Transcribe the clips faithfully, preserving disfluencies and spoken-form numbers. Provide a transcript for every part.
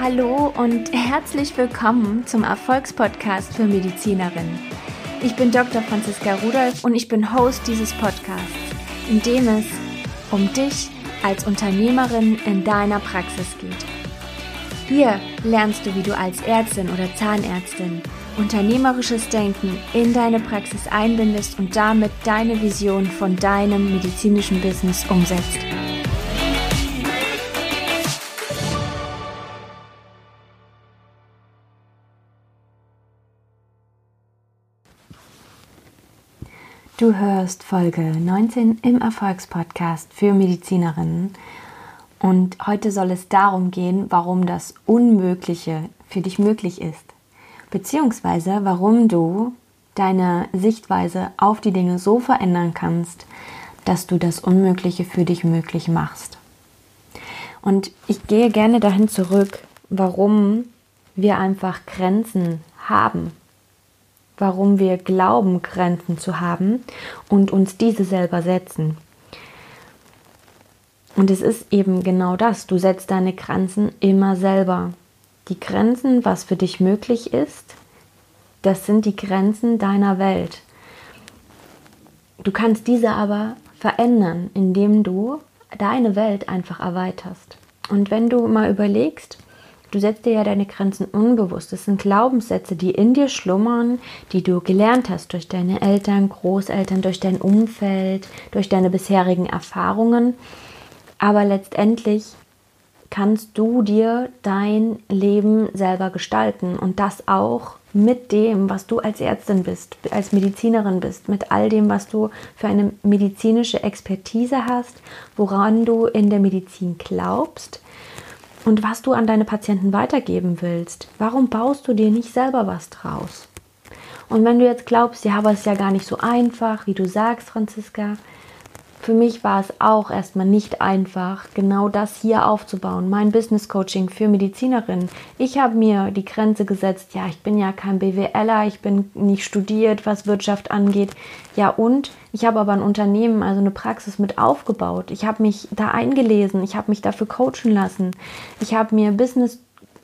Hallo und herzlich willkommen zum Erfolgspodcast für Medizinerinnen. Ich bin Doktor Franziska Rudolph und ich bin Host dieses Podcasts, in dem es um dich als Unternehmerin in deiner Praxis geht. Hier lernst du, wie du als Ärztin oder Zahnärztin unternehmerisches Denken in deine Praxis einbindest und damit deine Vision von deinem medizinischen Business umsetzt. Du hörst Folge neunzehn im Erfolgspodcast für Medizinerinnen und heute soll es darum gehen, warum das Unmögliche für dich möglich ist, beziehungsweise warum du deine Sichtweise auf die Dinge so verändern kannst, dass du das Unmögliche für dich möglich machst. Und ich gehe gerne dahin zurück, warum wir einfach Grenzen haben. Warum wir glauben, Grenzen zu haben und uns diese selber setzen. Und es ist eben genau das, du setzt deine Grenzen immer selber. Die Grenzen, was für dich möglich ist, das sind die Grenzen deiner Welt. Du kannst diese aber verändern, indem du deine Welt einfach erweiterst. Und wenn du mal überlegst, du setzt dir ja deine Grenzen unbewusst. Das sind Glaubenssätze, die in dir schlummern, die du gelernt hast durch deine Eltern, Großeltern, durch dein Umfeld, durch deine bisherigen Erfahrungen. Aber letztendlich kannst du dir dein Leben selber gestalten und das auch mit dem, was du als Ärztin bist, als Medizinerin bist, mit all dem, was du für eine medizinische Expertise hast, woran du in der Medizin glaubst. Und was du an deine Patienten weitergeben willst. Warum baust du dir nicht selber was draus? Und wenn du jetzt glaubst, ja, aber es ist ja gar nicht so einfach, wie du sagst, Franziska, für mich war es auch erstmal nicht einfach, genau das hier aufzubauen. Mein Business Coaching für Medizinerinnen. Ich habe mir die Grenze gesetzt, ja, ich bin ja kein BWLer, ich bin nicht studiert, was Wirtschaft angeht. Ja und? Ich habe aber ein Unternehmen, also eine Praxis mit aufgebaut. Ich habe mich da eingelesen, ich habe mich dafür coachen lassen. Ich habe mir Business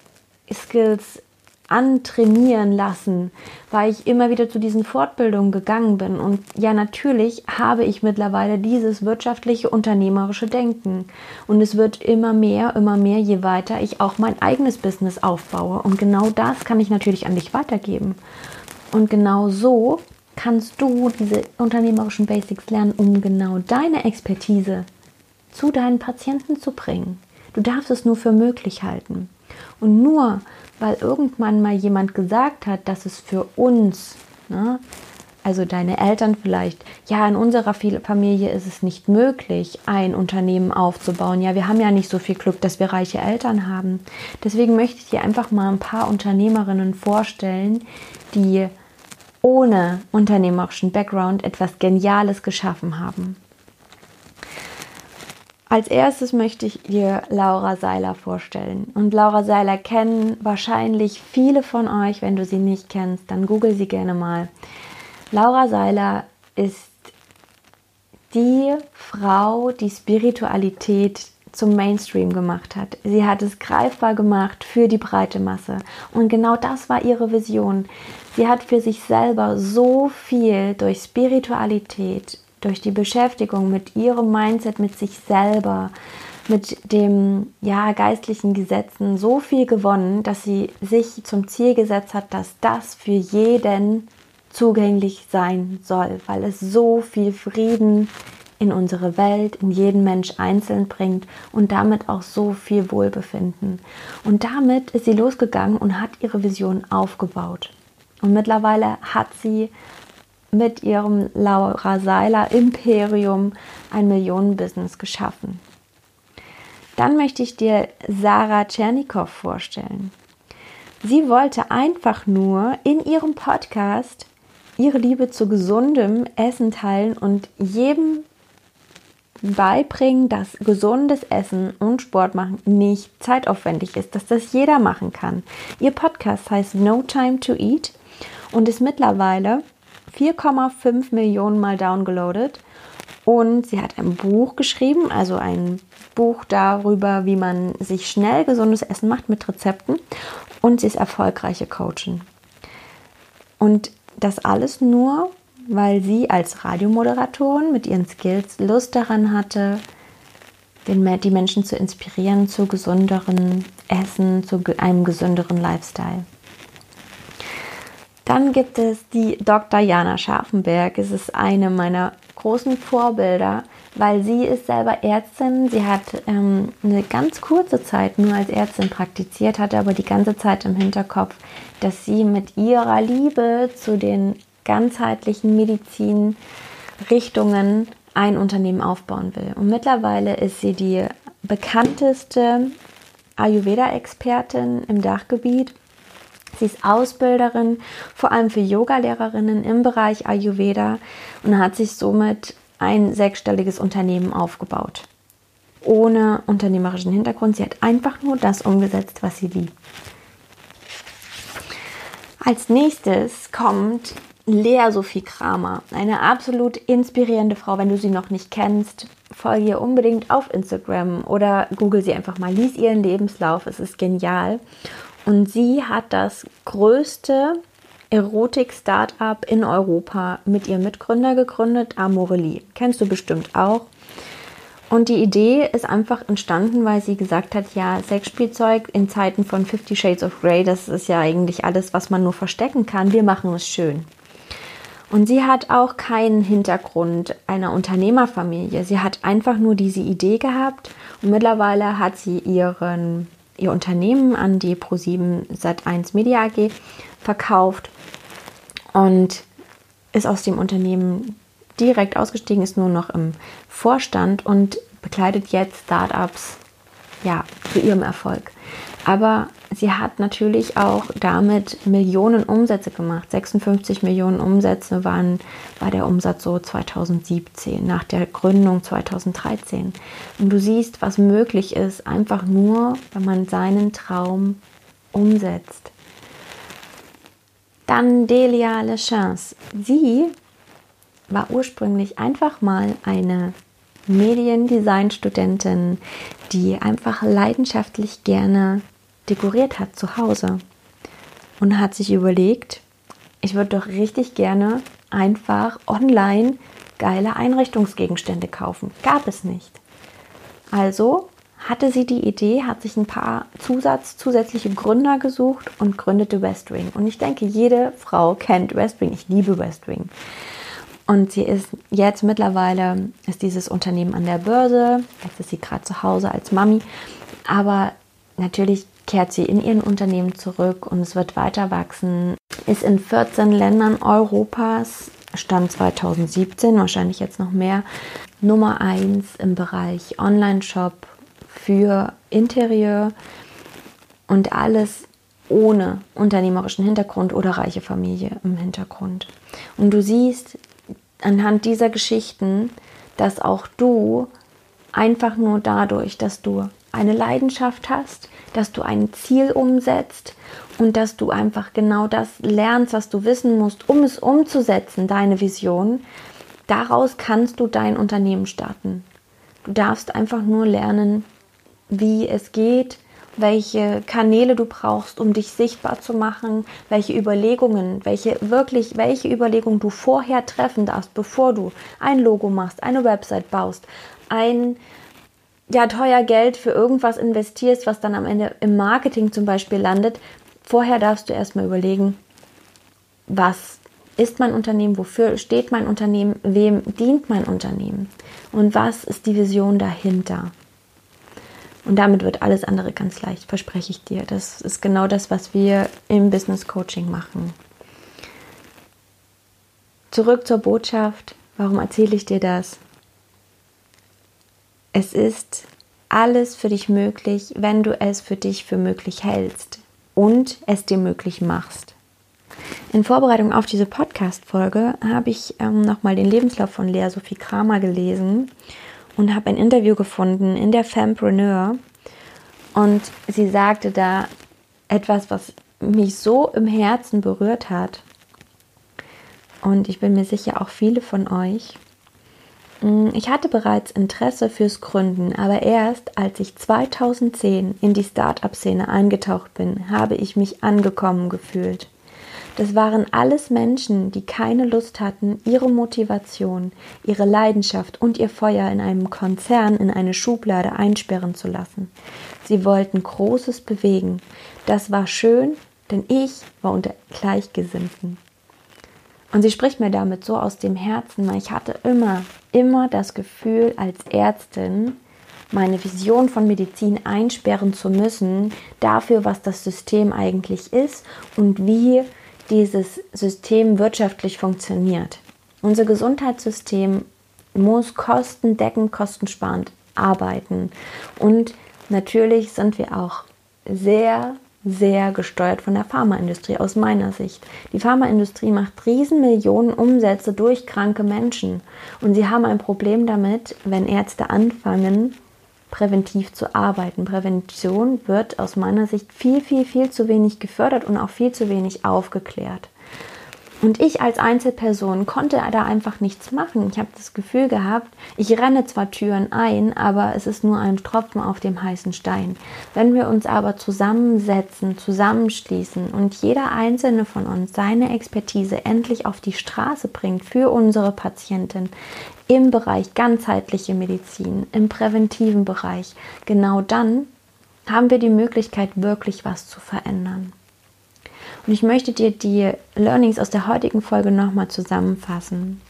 Skills antrainieren lassen, weil ich immer wieder zu diesen Fortbildungen gegangen bin. Und ja, natürlich habe ich mittlerweile dieses wirtschaftliche, unternehmerische Denken. Und es wird immer mehr, immer mehr, je weiter ich auch mein eigenes Business aufbaue. Und genau das kann ich natürlich an dich weitergeben. Und genau so kannst du diese unternehmerischen Basics lernen, um genau deine Expertise zu deinen Patienten zu bringen. Du darfst es nur für möglich halten. Und nur weil irgendwann mal jemand gesagt hat, dass es für uns, ne, also deine Eltern vielleicht, ja, in unserer Familie ist es nicht möglich, ein Unternehmen aufzubauen. Ja, wir haben ja nicht so viel Glück, dass wir reiche Eltern haben. Deswegen möchte ich dir einfach mal ein paar Unternehmerinnen vorstellen, die ohne unternehmerischen Background etwas Geniales geschaffen haben. Als erstes möchte ich dir Laura Seiler vorstellen. Und Laura Seiler kennen wahrscheinlich viele von euch. Wenn du sie nicht kennst, dann google sie gerne mal. Laura Seiler ist die Frau, die Spiritualität zum Mainstream gemacht hat. Sie hat es greifbar gemacht für die breite Masse. Und genau das war ihre Vision. Sie hat für sich selber so viel durch Spiritualität, durch die Beschäftigung mit ihrem Mindset, mit sich selber, mit dem ja, geistlichen Gesetzen so viel gewonnen, dass sie sich zum Ziel gesetzt hat, dass das für jeden zugänglich sein soll, weil es so viel Frieden in unsere Welt, in jeden Mensch einzeln bringt und damit auch so viel Wohlbefinden. Und damit ist sie losgegangen und hat ihre Vision aufgebaut. Und mittlerweile hat sie mit ihrem Laura Seiler Imperium ein Millionenbusiness geschaffen. Dann möchte ich dir Sarah Tschernikow vorstellen. Sie wollte einfach nur in ihrem Podcast ihre Liebe zu gesundem Essen teilen und jedem beibringen, dass gesundes Essen und Sport machen nicht zeitaufwendig ist, dass das jeder machen kann. Ihr Podcast heißt No Time to Eat und ist mittlerweile vier Komma fünf Millionen Mal downgeloadet Und sie hat ein Buch geschrieben, also ein Buch darüber, wie man sich schnell gesundes Essen macht mit Rezepten. Und sie ist erfolgreiche Coachin. Und das alles nur, weil sie als Radiomoderatorin mit ihren Skills Lust daran hatte, den, die Menschen zu inspirieren zu gesünderen Essen, zu einem gesünderen Lifestyle. Dann gibt es die Doktor Jana Scharfenberg. Es ist eine meiner großen Vorbilder, weil sie ist selber Ärztin. Sie hat ähm, eine ganz kurze Zeit nur als Ärztin praktiziert, hatte aber die ganze Zeit im Hinterkopf, dass sie mit ihrer Liebe zu den ganzheitlichen Medizinrichtungen ein Unternehmen aufbauen will. Und mittlerweile ist sie die bekannteste Ayurveda-Expertin im Dachgebiet. Sie ist Ausbilderin, vor allem für Yoga-Lehrerinnen im Bereich Ayurveda und hat sich somit ein sechsstelliges Unternehmen aufgebaut. Ohne unternehmerischen Hintergrund. Sie hat einfach nur das umgesetzt, was sie liebt. Als nächstes kommt Lea Sophie Kramer, eine absolut inspirierende Frau. Wenn du sie noch nicht kennst, folge ihr unbedingt auf Instagram oder google sie einfach mal, lies ihren Lebenslauf, es ist genial. Und sie hat das größte Erotik-Startup in Europa mit ihrem Mitgründer gegründet, Amorelie. Kennst du bestimmt auch. Und die Idee ist einfach entstanden, weil sie gesagt hat, ja, Sexspielzeug in Zeiten von Fifty Shades of Grey, das ist ja eigentlich alles, was man nur verstecken kann. Wir machen es schön. Und sie hat auch keinen Hintergrund einer Unternehmerfamilie. Sie hat einfach nur diese Idee gehabt und mittlerweile hat sie ihren, ihr Unternehmen an die ProSieben Sat eins Media A G verkauft und ist aus dem Unternehmen direkt ausgestiegen, ist nur noch im Vorstand und begleitet jetzt Startups ja, zu ihrem Erfolg. Aber sie hat natürlich auch damit Millionen Umsätze gemacht. sechsundfünfzig Millionen Umsätze waren, war der Umsatz so zweitausendsiebzehn, nach der Gründung zweitausenddreizehn. Und du siehst, was möglich ist, einfach nur, wenn man seinen Traum umsetzt. Dann Delia Lechance. Sie war ursprünglich einfach mal eine Mediendesign-Studentin, die einfach leidenschaftlich gerne dekoriert hat zu Hause und hat sich überlegt, ich würde doch richtig gerne einfach online geile Einrichtungsgegenstände kaufen. Gab es nicht. Also hatte sie die Idee, hat sich ein paar Zusatz, zusätzliche Gründer gesucht und gründete Westwing. Und ich denke, jede Frau kennt Westwing. Ich liebe Westwing. Und sie ist jetzt mittlerweile, ist dieses Unternehmen an der Börse. Jetzt ist sie gerade zu Hause als Mami. Aber natürlich kehrt sie in ihren Unternehmen zurück und es wird weiter wachsen. Ist in vierzehn Ländern Europas, Stand zweitausendsiebzehn, wahrscheinlich jetzt noch mehr, Nummer eins im Bereich Online-Shop für Interieur und alles ohne unternehmerischen Hintergrund oder reiche Familie im Hintergrund. Und du siehst anhand dieser Geschichten, dass auch du einfach nur dadurch, dass du eine Leidenschaft hast, dass du ein Ziel umsetzt und dass du einfach genau das lernst, was du wissen musst, um es umzusetzen, deine Vision, daraus kannst du dein Unternehmen starten. Du darfst einfach nur lernen, wie es geht, welche Kanäle du brauchst, um dich sichtbar zu machen, welche Überlegungen, welche wirklich, welche Überlegungen du vorher treffen darfst, bevor du ein Logo machst, eine Website baust, ein ja, teuer Geld für irgendwas investierst, was dann am Ende im Marketing zum Beispiel landet. Vorher darfst du erstmal überlegen, was ist mein Unternehmen, wofür steht mein Unternehmen, wem dient mein Unternehmen und was ist die Vision dahinter. Und damit wird alles andere ganz leicht, verspreche ich dir. Das ist genau das, was wir im Business Coaching machen. Zurück zur Botschaft. Warum erzähle ich dir das? Es ist alles für dich möglich, wenn du es für dich für möglich hältst und es dir möglich machst. In Vorbereitung auf diese Podcast-Folge habe ich ähm, nochmal den Lebenslauf von Lea Sophie Kramer gelesen und habe ein Interview gefunden in der Fempreneur. Und sie sagte da etwas, was mich so im Herzen berührt hat. Und ich bin mir sicher, auch viele von euch. Ich hatte bereits Interesse fürs Gründen, aber erst als ich zweitausendzehn in die Start-up-Szene eingetaucht bin, habe ich mich angekommen gefühlt. Das waren alles Menschen, die keine Lust hatten, ihre Motivation, ihre Leidenschaft und ihr Feuer in einem Konzern in eine Schublade einsperren zu lassen. Sie wollten Großes bewegen. Das war schön, denn ich war unter Gleichgesinnten. Und sie spricht mir damit so aus dem Herzen, weil ich hatte immer, immer das Gefühl, als Ärztin meine Vision von Medizin einsperren zu müssen, dafür, was das System eigentlich ist und wie dieses System wirtschaftlich funktioniert. Unser Gesundheitssystem muss kostendeckend, kostensparend arbeiten. Und natürlich sind wir auch sehr, sehr gesteuert von der Pharmaindustrie aus meiner Sicht. Die Pharmaindustrie macht Riesenmillionen Umsätze durch kranke Menschen. Und sie haben ein Problem damit, wenn Ärzte anfangen, präventiv zu arbeiten. Prävention wird aus meiner Sicht viel, viel, viel zu wenig gefördert und auch viel zu wenig aufgeklärt. Und ich als Einzelperson konnte da einfach nichts machen. Ich habe das Gefühl gehabt, ich renne zwar Türen ein, aber es ist nur ein Tropfen auf dem heißen Stein. Wenn wir uns aber zusammensetzen, zusammenschließen und jeder einzelne von uns seine Expertise endlich auf die Straße bringt für unsere Patientin im Bereich ganzheitliche Medizin, im präventiven Bereich, genau dann haben wir die Möglichkeit, wirklich was zu verändern. Und ich möchte dir die Learnings aus der heutigen Folge nochmal zusammenfassen.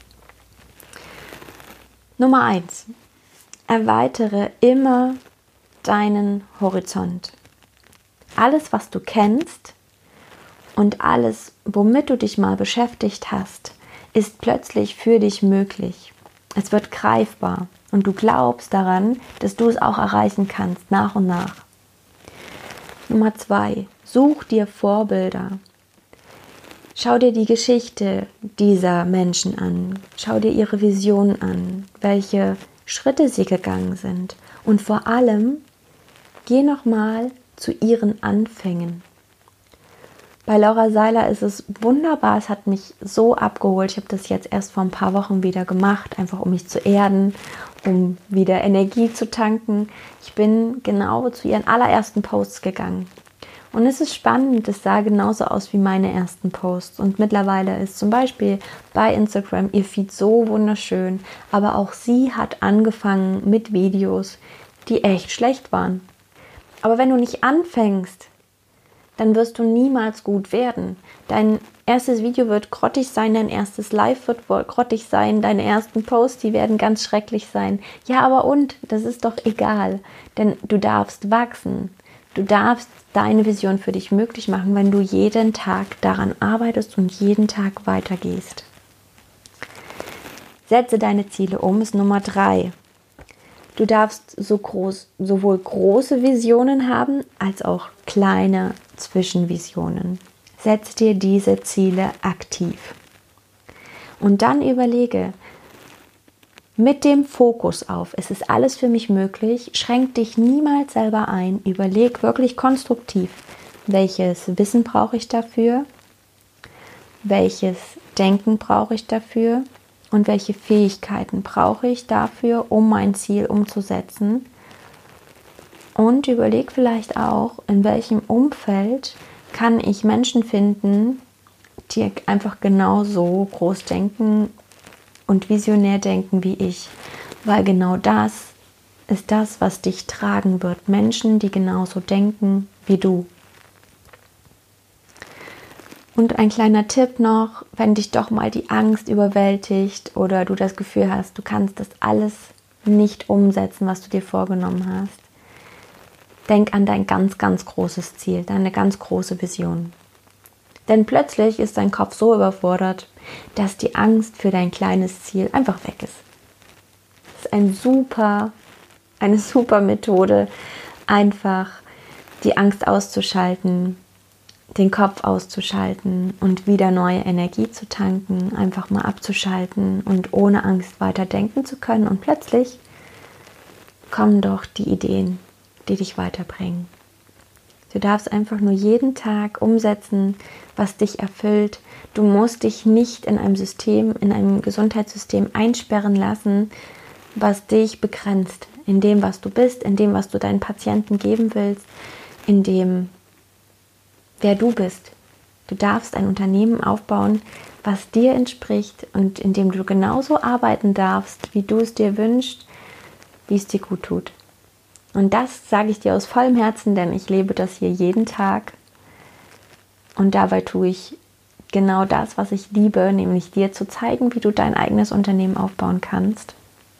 Nummer eins. Erweitere immer deinen Horizont. Alles, was du kennst und alles, womit du dich mal beschäftigt hast, ist plötzlich für dich möglich. Es wird greifbar und du glaubst daran, dass du es auch erreichen kannst, nach und nach. Nummer zwei. Such dir Vorbilder. Schau dir die Geschichte dieser Menschen an. Schau dir ihre Vision an, welche Schritte sie gegangen sind. Und vor allem, geh nochmal zu ihren Anfängen. Bei Laura Seiler ist es wunderbar, es hat mich so abgeholt. Ich habe das jetzt erst vor ein paar Wochen wieder gemacht, einfach um mich zu erden, um wieder Energie zu tanken. Ich bin genau zu ihren allerersten Posts gegangen. Und es ist spannend, es sah genauso aus wie meine ersten Posts. Und mittlerweile ist zum Beispiel bei Instagram ihr Feed so wunderschön. Aber auch sie hat angefangen mit Videos, die echt schlecht waren. Aber wenn du nicht anfängst, dann wirst du niemals gut werden. Dein erstes Video wird grottig sein, dein erstes Live wird grottig sein, deine ersten Posts, die werden ganz schrecklich sein. Ja, aber und? Das ist doch egal, denn du darfst wachsen. Du darfst deine Vision für dich möglich machen, wenn du jeden Tag daran arbeitest und jeden Tag weitergehst. Setze deine Ziele um, ist Nummer drei. Du darfst so groß, sowohl große Visionen haben, als auch kleine Zwischenvisionen. Setze dir diese Ziele aktiv. Und dann überlege, mit dem Fokus auf, es ist alles für mich möglich, schränk dich niemals selber ein, überleg wirklich konstruktiv, welches Wissen brauche ich dafür, welches Denken brauche ich dafür und welche Fähigkeiten brauche ich dafür, um mein Ziel umzusetzen. Und überleg vielleicht auch, in welchem Umfeld kann ich Menschen finden, die einfach genauso groß denken und visionär denken wie ich. Weil genau das ist das, was dich tragen wird. Menschen, die genauso denken wie du. Und ein kleiner Tipp noch, wenn dich doch mal die Angst überwältigt oder du das Gefühl hast, du kannst das alles nicht umsetzen, was du dir vorgenommen hast. Denk an dein ganz, ganz großes Ziel, deine ganz große Vision. Denn plötzlich ist dein Kopf so überfordert, dass die Angst für dein kleines Ziel einfach weg ist. Das ist ein super, eine super Methode, einfach die Angst auszuschalten, den Kopf auszuschalten und wieder neue Energie zu tanken, einfach mal abzuschalten und ohne Angst weiter denken zu können. Und plötzlich kommen doch die Ideen, die dich weiterbringen. Du darfst einfach nur jeden Tag umsetzen, was dich erfüllt. Du musst dich nicht in einem System, in einem Gesundheitssystem einsperren lassen, was dich begrenzt, in dem, was du bist, in dem, was du deinen Patienten geben willst, in dem, wer du bist. Du darfst ein Unternehmen aufbauen, was dir entspricht und in dem du genauso arbeiten darfst, wie du es dir wünschst, wie es dir gut tut. Und das sage ich dir aus vollem Herzen, denn ich lebe das hier jeden Tag. Und dabei tue ich genau das, was ich liebe, nämlich dir zu zeigen, wie du dein eigenes Unternehmen aufbauen kannst.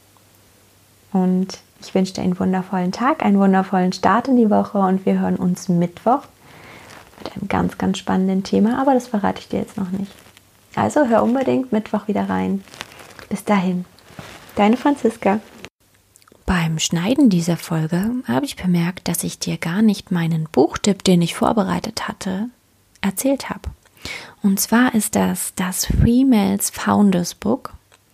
Und ich wünsche dir einen wundervollen Tag, einen wundervollen Start in die Woche und wir hören uns Mittwoch mit einem ganz, ganz spannenden Thema, aber das verrate ich dir jetzt noch nicht. Also hör unbedingt Mittwoch wieder rein. Bis dahin, deine Franziska. Beim Schneiden dieser Folge habe ich bemerkt, dass ich dir gar nicht meinen Buchtipp, den ich vorbereitet hatte, erzählt habe. Und zwar ist das das Females Founders Book.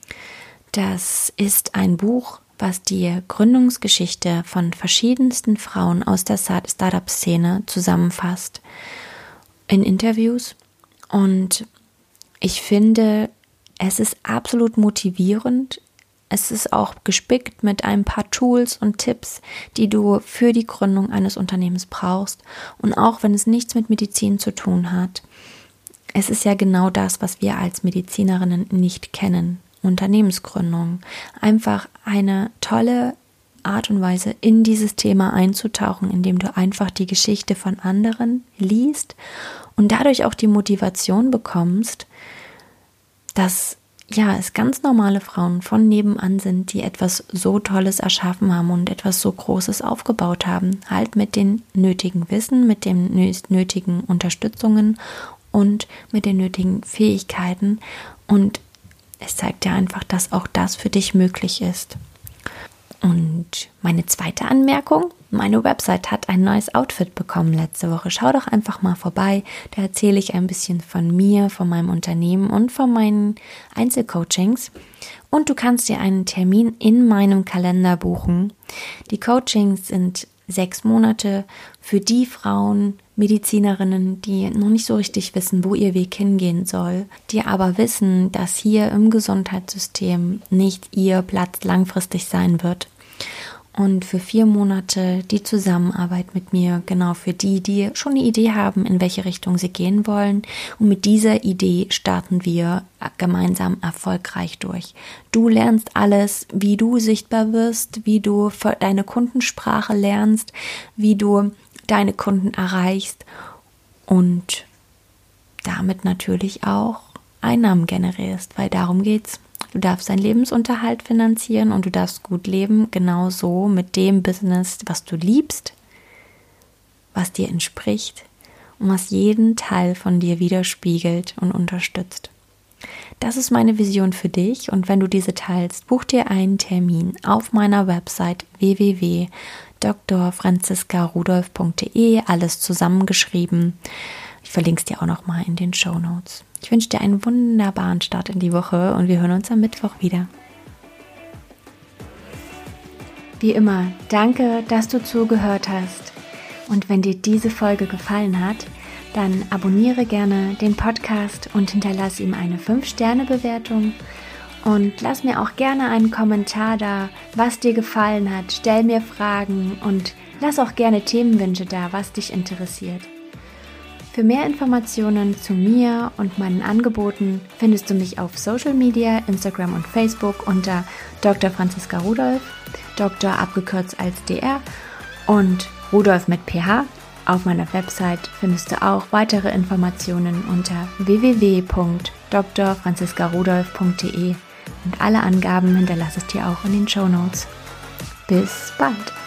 Das ist ein Buch, was die Gründungsgeschichte von verschiedensten Frauen aus der Startup-Szene zusammenfasst in Interviews. Und ich finde, es ist absolut motivierend. Es ist auch gespickt mit ein paar Tools und Tipps, die du für die Gründung eines Unternehmens brauchst. Und auch wenn es nichts mit Medizin zu tun hat, es ist ja genau das, was wir als Medizinerinnen nicht kennen. Unternehmensgründung. Einfach eine tolle Art und Weise, in dieses Thema einzutauchen, indem du einfach die Geschichte von anderen liest und dadurch auch die Motivation bekommst, dass ja, es ganz normale Frauen von nebenan sind, die etwas so Tolles erschaffen haben und etwas so Großes aufgebaut haben. Halt mit den nötigen Wissen, mit den nötigen Unterstützungen und mit den nötigen Fähigkeiten. Und es zeigt dir einfach, dass auch das für dich möglich ist. Und meine zweite Anmerkung, meine Website hat ein neues Outfit bekommen letzte Woche. Schau doch einfach mal vorbei, da erzähle ich ein bisschen von mir, von meinem Unternehmen und von meinen Einzelcoachings. Und du kannst dir einen Termin in meinem Kalender buchen. Die Coachings sind sechs Monate für die Frauen, Medizinerinnen, die noch nicht so richtig wissen, wo ihr Weg hingehen soll, die aber wissen, dass hier im Gesundheitssystem nicht ihr Platz langfristig sein wird. Und für vier Monate die Zusammenarbeit mit mir, genau für die, die schon eine Idee haben, in welche Richtung sie gehen wollen. Und mit dieser Idee starten wir gemeinsam erfolgreich durch. Du lernst alles, wie du sichtbar wirst, wie du deine Kundensprache lernst, wie du deine Kunden erreichst und damit natürlich auch Einnahmen generierst, weil darum geht's. Du darfst deinen Lebensunterhalt finanzieren und du darfst gut leben, genauso mit dem Business, was du liebst, was dir entspricht und was jeden Teil von dir widerspiegelt und unterstützt. Das ist meine Vision für dich und wenn du diese teilst, buch dir einen Termin auf meiner Website w w w punkt d r franziska rudolph punkt d e, alles zusammengeschrieben. Ich verlinke es dir auch nochmal in den Shownotes. Ich wünsche dir einen wunderbaren Start in die Woche und wir hören uns am Mittwoch wieder. Wie immer, danke, dass du zugehört hast. Und wenn dir diese Folge gefallen hat, dann abonniere gerne den Podcast und hinterlasse ihm eine fünf Sterne Bewertung. Und lass mir auch gerne einen Kommentar da, was dir gefallen hat. Stell mir Fragen und lass auch gerne Themenwünsche da, was dich interessiert. Für mehr Informationen zu mir und meinen Angeboten findest du mich auf Social Media, Instagram und Facebook unter Doktor Franziska Rudolph, Doktor abgekürzt als D R und Rudolph mit P H. Auf meiner Website findest du auch weitere Informationen unter w w w punkt d r franziska rudolph punkt d e und alle Angaben hinterlasse ich dir auch in den Shownotes. Bis bald!